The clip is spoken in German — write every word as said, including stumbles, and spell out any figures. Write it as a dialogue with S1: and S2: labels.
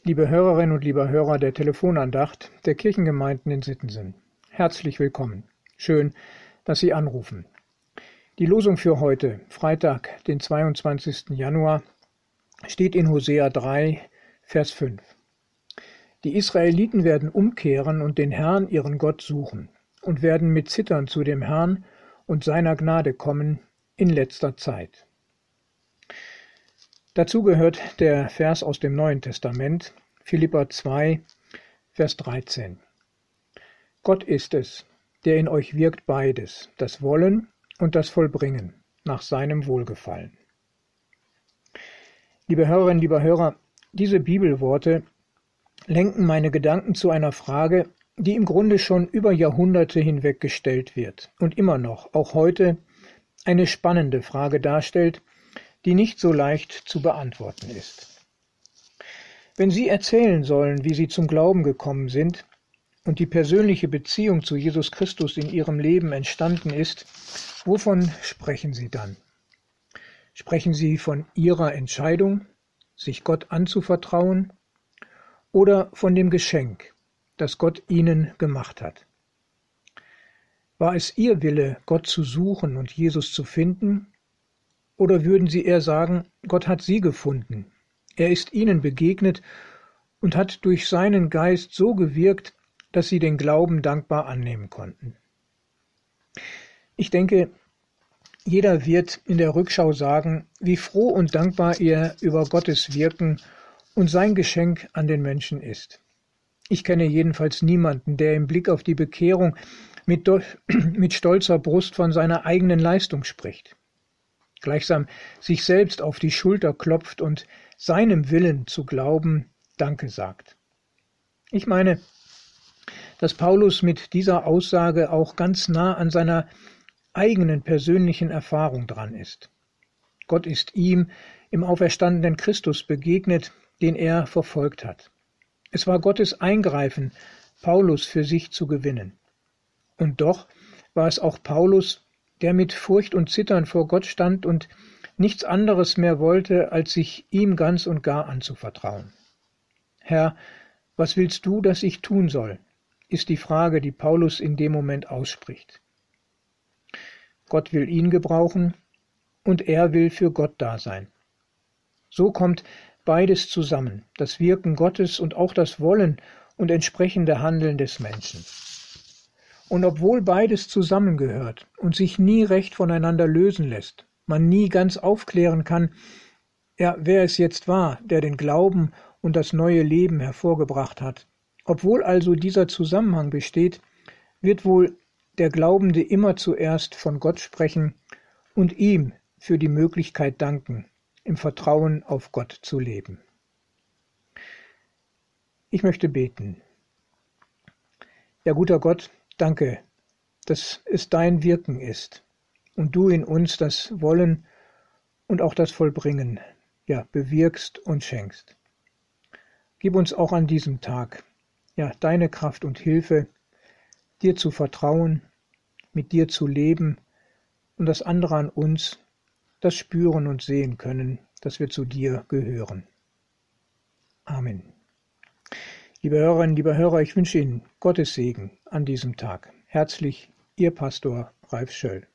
S1: Liebe Hörerinnen und liebe Hörer der Telefonandacht der Kirchengemeinden in Sittensen, herzlich willkommen. Schön, dass Sie anrufen. Die Losung für heute, Freitag, den zweiundzwanzigsten Januar, steht in Hosea drei, Vers fünf. Die Israeliten werden umkehren und den Herrn, ihren Gott, suchen und werden mit Zittern zu dem Herrn und seiner Gnade kommen in letzter Zeit. Dazu gehört der Vers aus dem Neuen Testament, Philipper zwei, Vers dreizehn. Gott ist es, der in euch wirkt beides, das Wollen und das Vollbringen, nach seinem Wohlgefallen. Liebe Hörerinnen, lieber Hörer, diese Bibelworte lenken meine Gedanken zu einer Frage, die im Grunde schon über Jahrhunderte hinweg gestellt wird und immer noch, auch heute, eine spannende Frage darstellt, die nicht so leicht zu beantworten ist. Wenn Sie erzählen sollen, wie Sie zum Glauben gekommen sind und die persönliche Beziehung zu Jesus Christus in Ihrem Leben entstanden ist, wovon sprechen Sie dann? Sprechen Sie von Ihrer Entscheidung, sich Gott anzuvertrauen, oder von dem Geschenk, das Gott Ihnen gemacht hat? War es Ihr Wille, Gott zu suchen und Jesus zu finden? Oder würden Sie eher sagen, Gott hat Sie gefunden, er ist Ihnen begegnet und hat durch seinen Geist so gewirkt, dass Sie den Glauben dankbar annehmen konnten? Ich denke, jeder wird in der Rückschau sagen, wie froh und dankbar er über Gottes Wirken und sein Geschenk an den Menschen ist. Ich kenne jedenfalls niemanden, der im Blick auf die Bekehrung mit, mit stolzer Brust von seiner eigenen Leistung spricht. Gleichsam sich selbst auf die Schulter klopft und seinem Willen zu glauben Danke sagt. Ich meine, dass Paulus mit dieser Aussage auch ganz nah an seiner eigenen persönlichen Erfahrung dran ist. Gott ist ihm im auferstandenen Christus begegnet, den er verfolgt hat. Es war Gottes Eingreifen, Paulus für sich zu gewinnen. Und doch war es auch Paulus, der mit Furcht und Zittern vor Gott stand und nichts anderes mehr wollte, als sich ihm ganz und gar anzuvertrauen. Herr, was willst du, dass ich tun soll, ist die Frage, die Paulus in dem Moment ausspricht. Gott will ihn gebrauchen und er will für Gott da sein. So kommt beides zusammen, das Wirken Gottes und auch das Wollen und entsprechende Handeln des Menschen. Und obwohl beides zusammengehört und sich nie recht voneinander lösen lässt, man nie ganz aufklären kann, ja, wer es jetzt war, der den Glauben und das neue Leben hervorgebracht hat. Obwohl also dieser Zusammenhang besteht, wird wohl der Glaubende immer zuerst von Gott sprechen und ihm für die Möglichkeit danken, im Vertrauen auf Gott zu leben. Ich möchte beten. Ja, guter Gott, danke, dass es dein Wirken ist und du in uns das Wollen und auch das Vollbringen, ja, bewirkst und schenkst. Gib uns auch an diesem Tag, ja, deine Kraft und Hilfe, dir zu vertrauen, mit dir zu leben und das andere an uns, das spüren und sehen können, dass wir zu dir gehören. Amen. Liebe Hörerinnen, liebe Hörer, ich wünsche Ihnen Gottes Segen an diesem Tag. Herzlich, Ihr Pastor Ralf Schöll.